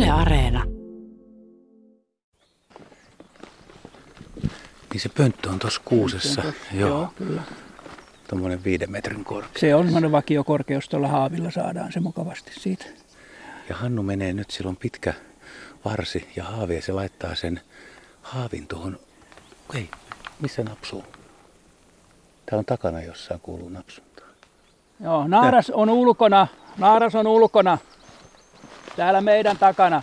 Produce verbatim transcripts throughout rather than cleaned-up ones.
Yle Areena. Niin se pönttö on tuossa kuusessa. Tossa, joo. joo, kyllä. Tuommoinen viiden metrin korkeus. Se on semmoinen vakiokorkeus, tuolla haavilla saadaan se mukavasti siitä. Ja Hannu menee nyt, sillä on pitkä varsi ja haavi ja se laittaa sen haavin tuohon. Ei, missä napsuu? Täällä on takana jossain kuuluu napsuntaa. Joo, naaras on ulkona. Naaras on ulkona. Täällä meidän takana.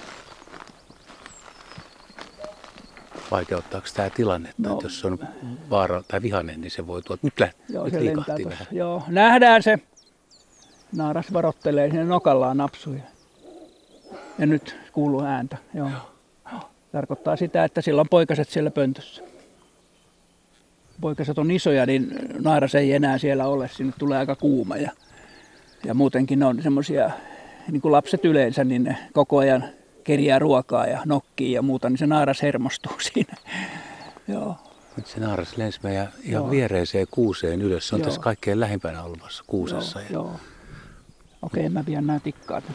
Vaikeuttaako tämä tilannetta, No. että jos se on vaara tai vihainen, niin se voi tuolta. Nyt, läht, Joo, nyt se lentää liikahti tuossa. vähän. Joo, nähdään se. Naaras varottelee, sinne nokallaan napsuja. Ja nyt kuuluu ääntä. Joo. Joo. Tarkoittaa sitä, että sillä on poikaset siellä pöntössä. Poikaset on isoja, niin naaras ei enää siellä ole. Sinne tulee aika kuuma. Ja, ja muutenkin ne on semmoisia, niin kuin lapset yleensä, niin ne koko ajan kerjää ruokaa ja nokkii ja muuta, niin se naaras hermostuu siinä. Joo. Nyt se naaras lensi meidän ihan Joo. viereiseen kuuseen ylös. Se on Joo. tässä kaikkein lähimpänä olevassa kuusessa. Joo, Ja joo. Okei, mä vien nää tikkaat.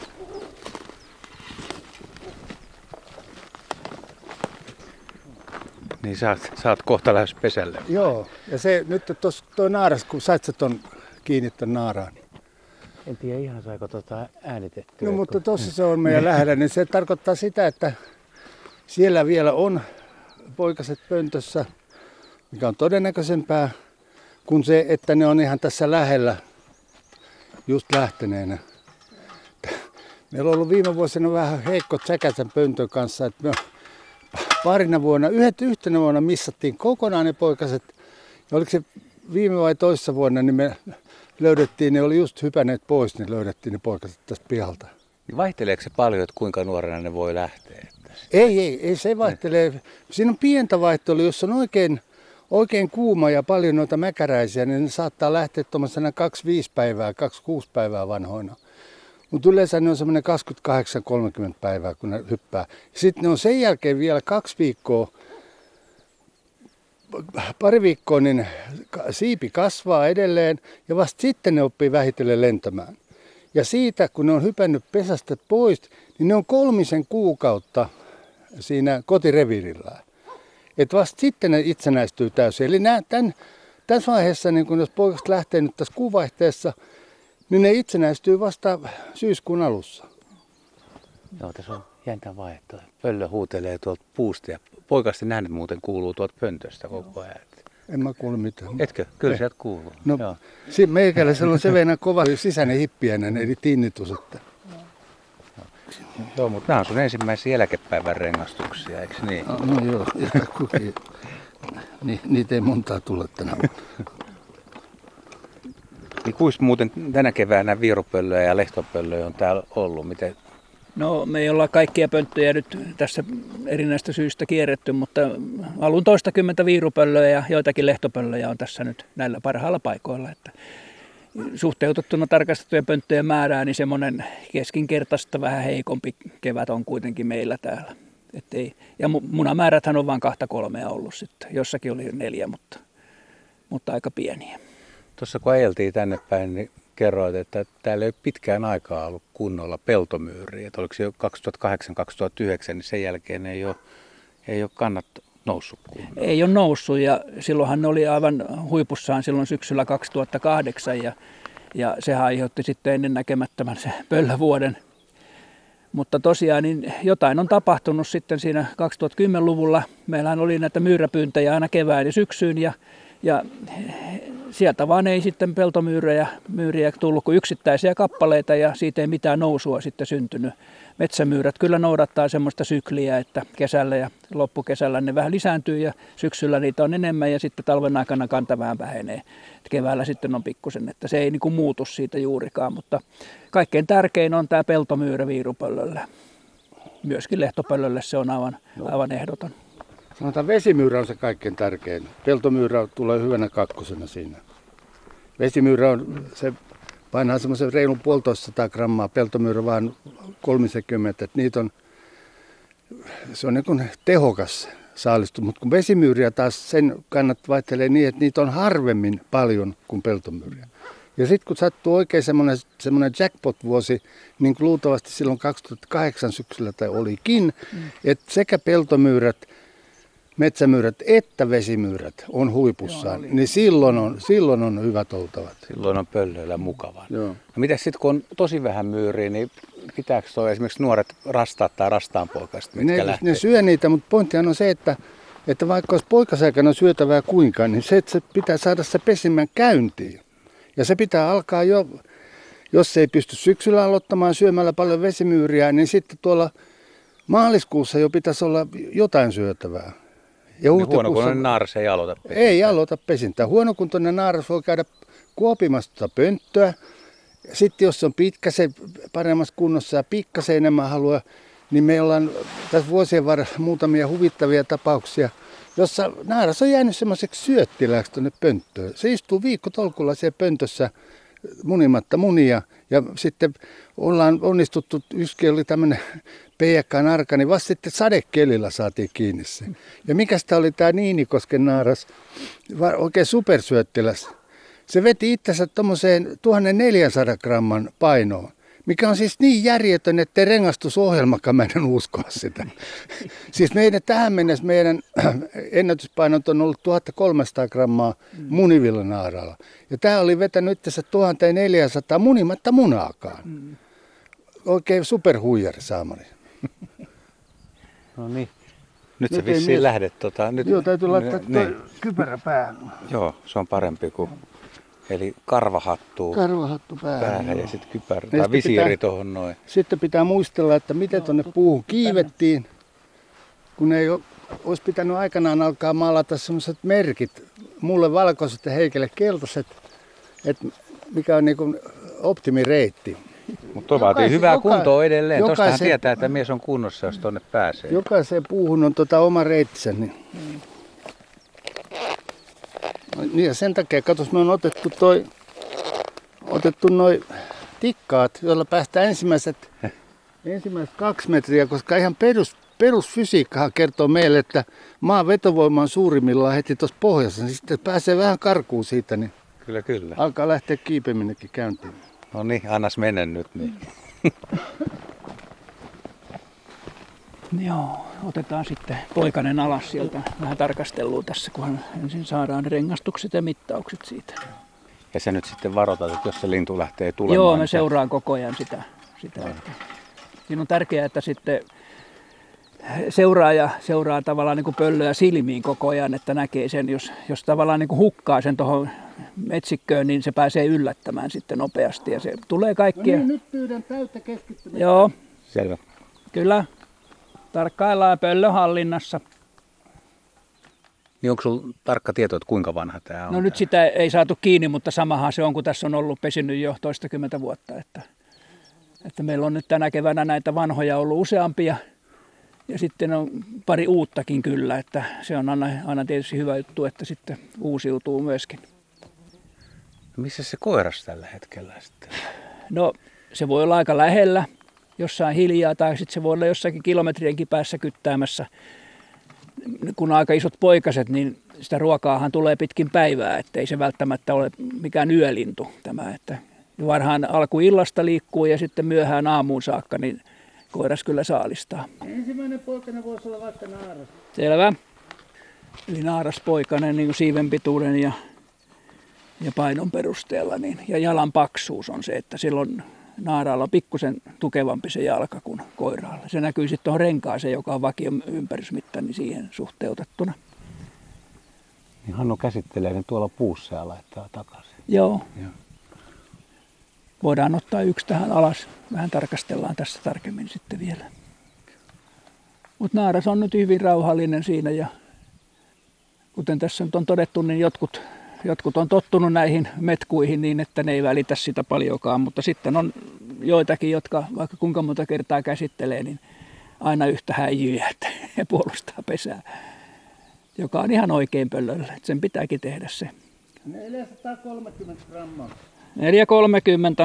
Niin sä oot, sä oot kohta lähes pesälle. Joo, ja se nyt tuossa toi naaras, kun sait sä ton kiinni ton naaraan. En tiedä ihan saiko tota äänitettyä. No mutta tuossa se on meidän lähellä, niin se tarkoittaa sitä, että siellä vielä on poikaset pöntössä, mikä on todennäköisempää kuin se, että ne on ihan tässä lähellä just lähteneenä. Meillä on ollut viime vuosina vähän heikko tsäkä sen pöntön kanssa, että me parina vuonna, yhdet yhtenä vuonna missattiin kokonaan ne poikaset. Ja oliko se viime vai toissa vuonna, niin me löydettiin, ne oli just hypänneet pois, niin löydettiin ne poikaset tästä pihalta. Niin vaihteleeko se paljon, että kuinka nuorena ne voi lähteä? Ei, ei, ei se vaihtelee. Siinä on pientä vaihtelua, jos on oikein, oikein kuuma ja paljon noita mäkäräisiä, niin ne saattaa lähteä tuommoisena kaksikymmentäviisi päivää, kaksikymmentäkuusi päivää vanhoina. Mutta yleensä ne on semmoinen kaksikymmentäkahdeksan kolmekymmentä päivää, kun ne hyppää. Sitten ne on sen jälkeen vielä kaksi viikkoa, pari viikkoa, niin siipi kasvaa edelleen ja vasta sitten ne oppii vähitellen lentämään. Ja siitä, kun ne on hypännyt pesästä pois, niin ne on kolmisen kuukautta siinä kotireviirillään. Että vasta sitten ne itsenäistyy täysin. Eli nää, tämän, tässä vaiheessa, niin kun jos poikaset lähtee nyt tässä kuuvaihteessa, niin ne itsenäistyy vasta syyskuun alussa. Joo, tässä on jäntän vaihto. Pöllö huutelee tuolta puusta ja poikasten äänet muuten kuuluu tuolta pöntöstä koko ajan. En mä kuule mitään. Etkö? Kyllä Ei. sieltä kuuluu. No, Joo. si- meikäläisellä on se venä kova sisäinen hippiäinen, eli tinnitus. Että. Joo, mutta nämä on sun ensimmäisiä eläkepäivän rengastuksia, eikö niin? No, no joo, Ni, niitä ei montaa tule tänä vuonna. Niin kuinka muuten tänä keväänä viirupöllöjä ja lehtopöllöjä on täällä ollut? Miten? No me ei olla kaikkia pönttöjä nyt tässä erinäistä syistä kierretty, mutta alun toistakymmentä viirupöllöä ja joitakin lehtopöllöjä on tässä nyt näillä parhailla paikoilla. Että suhteutettuna tarkastettujen pönttöjen määrään, niin semmoinen keskinkertaista vähän heikompi kevät on kuitenkin meillä täällä. Et ei, ja munamääräthän on vain kahta kolmea ollut sitten. Jossakin oli neljä, mutta, mutta aika pieniä. Tuossa kun ajeltiin tänne päin, niin kerroit, että täällä ei ole pitkään aikaa ollut kunnolla peltomyyriä. Että oliko se jo kaksituhattakahdeksan kaksituhattayhdeksän, niin sen jälkeen ei ole, ei ole kannat noussut kunnolla. Ei ole noussut ja silloinhan ne oli aivan huipussaan silloin syksyllä kaksituhattakahdeksan ja, ja sehän aiheutti sitten ennennäkemättömän se pöllövuoden. Mutta tosiaan niin jotain on tapahtunut sitten siinä kaksituhattakymmenluvulla. Meillähän oli näitä myyräpyyntejä aina kevään ja syksyyn ja, ja sieltä vaan ei sitten peltomyyrejä myyriä tullut kuin yksittäisiä kappaleita ja siitä ei mitään nousua sitten syntynyt. Metsämyyrät kyllä noudattaa semmoista sykliä, että kesällä ja loppukesällä ne vähän lisääntyy ja syksyllä niitä on enemmän ja sitten talven aikana kanta vähän vähenee. Keväällä sitten on pikkusen, että se ei niin kuin muutu siitä juurikaan, mutta kaikkein tärkein on tämä peltomyyrä viirupöllöllä. Myöskin lehtopöllölle se on aivan, aivan ehdoton. Sanotaan vesimyyrä on se kaikkein tärkein. Peltomyyrä tulee hyvänä kakkosena siinä. Vesimyyrä on, se painaa semmoisen reilun puolitoista grammaa, peltomyyrä vaan kolmekymmentä. Että niitä on, se on niin kuin tehokas saalistu, mutta kun vesimyyriä taas sen kannat vaihtelee niin, että niitä on harvemmin paljon kuin peltomyyriä. Ja sitten kun sattuu oikein semmoinen, semmoinen jackpot-vuosi, niin kuin luultavasti silloin kaksituhattakahdeksan syksyllä tai olikin, mm. että sekä peltomyyrät, metsämyyrät että vesimyyrät on huipussaan, Joo, niin silloin on, silloin on hyvät oltavat. Silloin on pöllöillä mukava. No mitäs sitten kun on tosi vähän myyriä, niin pitääkö toi esimerkiksi nuoret rastaat tai rastaanpoikaiset, mitkä ne, lähtee? Ne syö niitä, mutta pointtihan on se, että, että vaikka olisi poikasaikana syötävää kuinka, niin se, että se pitää saada se pesimän käyntiin. Ja se pitää alkaa jo, jos ei pysty syksyllä aloittamaan syömällä paljon vesimyyriä, niin sitten tuolla maaliskuussa jo pitäisi olla jotain syötävää. Ja niin huonokuntoinen naaras ei aloita pesintää. Ei aloita pesintää. Huonokuntoinen naaras voi käydä kuopimasta pönttöä. Sitten jos on pitkä se paremmassa kunnossa ja pikkasen enemmän haluaa, niin meillä on tässä vuosien varrella muutamia huvittavia tapauksia, jossa naaras on jäänyt semmoiseksi syöttiläksi tuonne pönttöön. Se istuu viikkotolkulla siellä pöntössä munimatta munia ja sitten ollaan onnistuttu, yksi oli tämmöinen peijakkaan arka, niin vasta sitten sadekelillä saatiin kiinni se. Ja mikäs tää oli tää Niinikosken naaras, oikein supersyöttiläs. Se veti itsensä tuommoiseen tuhatneljäsataa gramman painoon, mikä on siis niin järjetön, ettei rengastusohjelmakaan meidän uskoa sitä. Siis meidän tähän mennessä meidän ennätyspainot on ollut tuhatkolmesataa grammaa munivilla naaralla. Ja tämä oli vetänyt itsensä tuhatneljäsataa munimatta munaakaan. Oikein superhuijari saamari. No niin. Nyt, nyt se vissiin mies... lähdet. Tota, nyt... Joo, täytyy laittaa tuo niin. Kypärä päähän. Joo, se on parempi kuin... Eli karvahattu, karvahattu päähän, päähän ja sitten kypärä tai visiiri tuohon noin. Sitten pitää muistella, että miten tuonne puuhun kiivettiin, kun ei ole, olisi pitänyt aikanaan alkaa maalata sellaiset merkit, mulle valkoiset ja Heikelle keltaiset, että mikä on niin kuin optimireitti. Mutta tuo vaatii hyvää joka, kuntoa edelleen. Tuostahan tietää, että mies on kunnossa, jos tuonne pääsee. Jokaiseen puuhun on tota oma reittinsä. Niin. Mm. Niin ja sen takia, katos, me on otettu toi, otettu noi tikkaat, joilla päästään ensimmäiset, ensimmäiset kaksi metriä, koska ihan perus, perusfysiikkahan kertoo meille, että maan vetovoima on suurimmillaan heti tuossa pohjassa, niin sitten pääsee vähän karkuun siitä, niin kyllä, kyllä. Alkaa lähteä kiipeminenkin käyntiin. No niin, annas mennä nyt. Niin. Joo, otetaan sitten poikanen alas sieltä vähän tarkastelua tässä, kunhan ensin saadaan rengastukset ja mittaukset siitä. Ja sä nyt sitten varoitat, että jos se lintu lähtee tulemaan. Joo, mä niin seuraan koko ajan sitä. sitä että siinä on tärkeää, että sitten seuraaja seuraa tavallaan niin kuin pöllöä silmiin koko ajan, että näkee sen, jos, jos tavallaan niin kuin hukkaa sen tuohon metsikköön, niin se pääsee yllättämään sitten nopeasti ja se tulee kaikkia. No niin, nyt pyydän täyttä keskittymistä. Joo. Selvä. Kyllä. Tarkkaillaan pöllön hallinnassa. Niin onko sulla tarkka tieto, että kuinka vanha tämä on? No nyt sitä ei saatu kiinni, mutta samahan se on, kun tässä on ollut pesinyt jo toistakymmentä vuotta. Että, että meillä on nyt tänä keväänä näitä vanhoja ollut useampia ja sitten on pari uuttakin kyllä. Että se on aina, aina tietysti hyvä juttu, että sitten uusiutuu myöskin. No missä se koiras tällä hetkellä sitten? No se voi olla aika lähellä. Jossain hiljaa tai sitten se voi olla jossakin kilometrienkin päässä kyttäämässä. Kun on aika isot poikaset, niin sitä ruokaahan tulee pitkin päivää, ettei se välttämättä ole mikään yölintu tämä. Että varhaan alkuillasta liikkuu ja sitten myöhään aamuun saakka, niin koiras kyllä saalistaa. Ensimmäinen poikainen voisi olla vaikka naaras. Selvä. Eli naaraspoikainen niin kuin siiven pituuden ja, ja painon perusteella. Niin, ja jalan paksuus on se, että silloin naaraalla on pikkusen tukevampi se jalka kuin koiraalla. Se näkyy sitten tuohon renkaaseen, joka on vakion ympärysmitta, niin siihen suhteutettuna. Niin Hannu käsittelee ne tuolla puussa ja laittaa takaisin. Joo. Joo. Voidaan ottaa yksi tähän alas. Vähän tarkastellaan tässä tarkemmin sitten vielä. Mutta naaras on nyt hyvin rauhallinen siinä ja kuten tässä nyt on todettu, niin jotkut Jotkut on tottunut näihin metkuihin niin, että ne ei välitä sitä paljonkaan, mutta sitten on joitakin, jotka vaikka kuinka monta kertaa käsittelee, niin aina yhtä häijyjä, että he puolustaa pesää, joka on ihan oikein pöllöllä. Sen pitääkin tehdä se. neljäsataakolmekymmentä grammaa. neljä kolmekymmentä.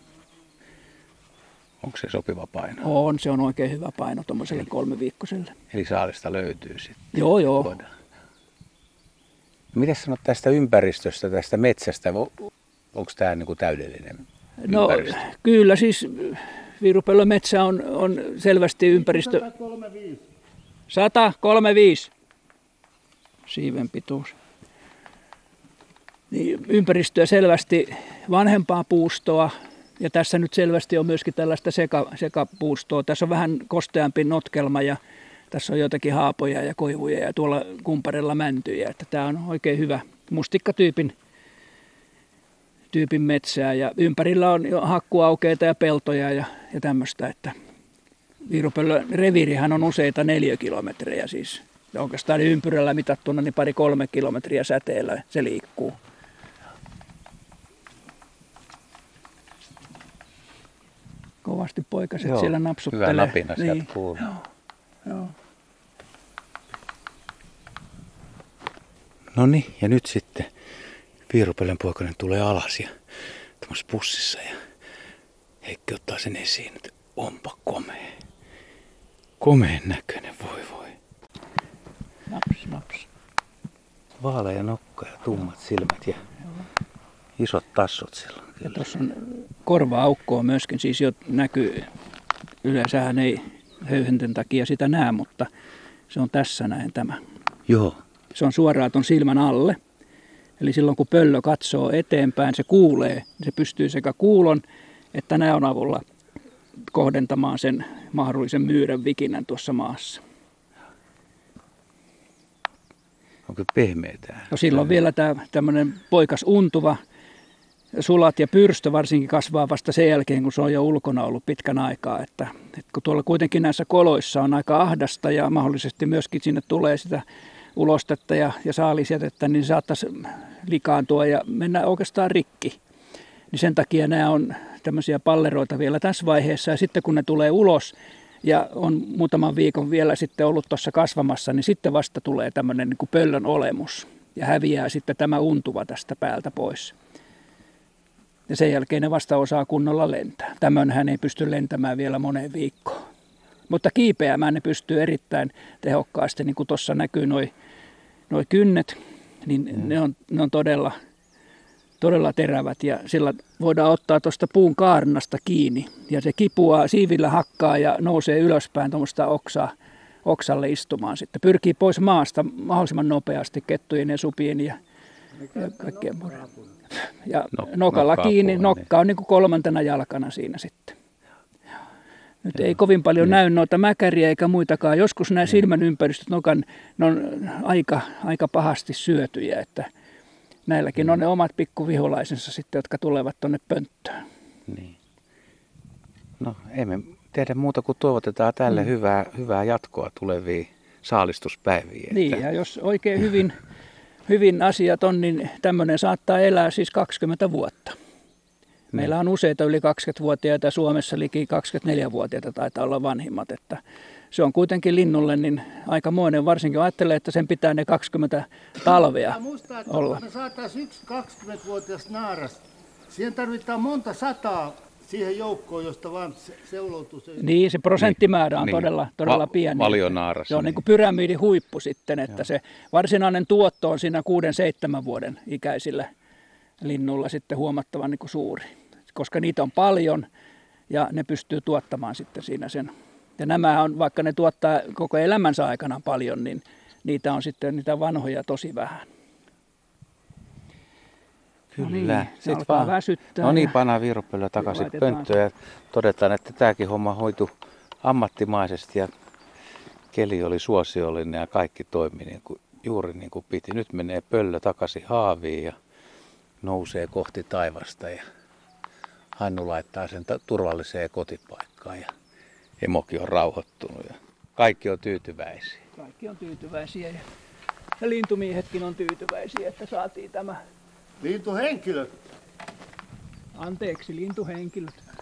Onko se sopiva paino? On, se on oikein hyvä paino tuommoiselle kolmeviikkoselle. Eli saalista löytyy sitten. Joo, joo. Voidaan. Miten sanot tästä ympäristöstä, tästä metsästä? onko tämä niin kuin täydellinen No ympäristö? kyllä, siis Viirupellon metsä on, on selvästi ympäristö... sata kolmekymmentäviisi. sata kolmekymmentäviisi siiven pituus. Niin, ympäristöä selvästi vanhempaa puustoa, ja tässä nyt selvästi on myöskin tällaista seka, sekapuustoa. Tässä on vähän kosteampi notkelma ja tässä on jotakin haapoja ja koivuja ja tuolla kumparilla mäntyjä. Että tämä on oikein hyvä mustikkatyypin tyypin metsää, ja ympärillä on jo hakkuaukeita ja peltoja ja, ja tämmöistä. Että Viirupellon reviirihän on useita neliökilometrejä siis. Ja oikeastaan ympyrällä mitattuna niin pari kolme kilometriä säteellä se liikkuu. Kovasti poikaset Joo, siellä napsuttelee. hyvä napina sieltä niin. kuuluu. Joo, joo. No niin, ja nyt sitten Viirupellon poikainen tulee alas ja tuossa pussissa ja Heikki ottaa sen esiin, että onpa komea. Komeen näköinen, voi voi. Naps, naps. Vaalea nokka ja tummat silmät ja isot tassut silloin. Ja tuossa on korva-aukkoa myöskin, siis jo näkyy, yleensähän ei höyhenten takia sitä näe, mutta se on tässä näin tämä. Joo. Se on suoraan ton silmän alle. Eli silloin kun pöllö katsoo eteenpäin, se kuulee, se pystyy sekä kuulon että näön avulla kohdentamaan sen mahdollisen myyrän vikinnän tuossa maassa. Onko pehmeä tää? No silloin vielä tämä tämmöinen poikas untuva, sulat ja pyrstö varsinkin kasvaa vasta sen jälkeen, kun se on jo ulkona ollut pitkän aikaa. Että, että kun tuolla kuitenkin näissä koloissa on aika ahdasta ja mahdollisesti myöskin sinne tulee sitä ulostetta ja, ja saalisjätettä, niin saattaisi likaantua ja mennä oikeastaan rikki. Niin sen takia nämä on tämmöisiä palleroita vielä tässä vaiheessa, ja sitten kun ne tulee ulos ja on muutaman viikon vielä sitten ollut tuossa kasvamassa, niin sitten vasta tulee tämmöinen niin kuin pöllön olemus ja häviää sitten tämä untuva tästä päältä pois. Ja sen jälkeen ne vasta osaa kunnolla lentää. Tämmöinhän ei pysty lentämään vielä moneen viikkoon. Mutta kiipeämään ne pystyy erittäin tehokkaasti, niin kuin tuossa näkyy noi, noi kynnet, niin mm. ne, on, ne on todella, todella terävät, ja sillä voidaan ottaa tuosta puun kaarnasta kiinni, ja se kipuaa, siivillä hakkaa ja nousee ylöspäin tuommoista oksaa, oksalle istumaan sitten. Pyrkii pois maasta mahdollisimman nopeasti kettujen ja supien ja, ja kaikkien muiden. Ja No, nokalla kiinni, puhuen, nokka on niin kuin kolmantena jalkana siinä sitten. Nyt ei kovin paljon näy noita mäkäriä eikä muitakaan. Joskus nämä silmän ympäristöt nokan, ne on aika, aika pahasti syötyjä, että näilläkin on ne omat pikkuviholaisensa sitten, jotka tulevat tuonne pönttöön. Niin. No emme tehdä muuta kuin toivotetaan tälle mm. hyvää, hyvää jatkoa tuleviin saalistuspäiviin. Niin, että... ja jos oikein hyvin, hyvin asiat on, niin tämmöinen saattaa elää siis kaksikymmentä vuotta. Meillä on useita yli kaksikymmentävuotiaita, Suomessa liki kaksikymmentäneljävuotiaita taitaa olla vanhimmat, että se on kuitenkin linnulle niin aikamoinen, varsinkin ajattelee, että sen pitää ne kaksikymmentä talvea muistaa, että olla. Me saataisiin yksi kaksikymmentävuotias naaras. Siihen tarvitaan monta sataa siihen joukkoon, josta vaan se seuloutuu se. Niin, se prosenttimäärä on niin, todella, todella Va- pieni. valionaaras, Se on niin. niin kuin pyramidin huippu sitten, että Joo. se varsinainen tuotto on siinä kuuden seitsemän vuoden ikäisillä linnulla sitten huomattavan niin kuin suuri. Koska niitä on paljon ja ne pystyy tuottamaan sitten siinä sen. Ja nämä on, vaikka ne tuottaa koko elämänsä aikana paljon, niin niitä on sitten niitä vanhoja tosi vähän. Kyllä. No niin, se Sitten alkaa vaan, väsyttää. no niin, ja- pannaan Viirupellon takaisin laitetaan pönttöön ja todetaan, että tämäkin homma hoitui ammattimaisesti ja keli oli suosiollinen ja kaikki toimi niin kuin, juuri niin kuin piti. Nyt menee pöllö takaisin haaviin ja nousee kohti taivasta ja Hannu laittaa sen ta- turvalliseen kotipaikkaan ja emokin on rauhoittunut ja kaikki on tyytyväisiä. Kaikki on tyytyväisiä ja, ja lintumiehetkin on tyytyväisiä, että saatiin tämä. Lintuhenkilöt. Anteeksi, lintuhenkilöt.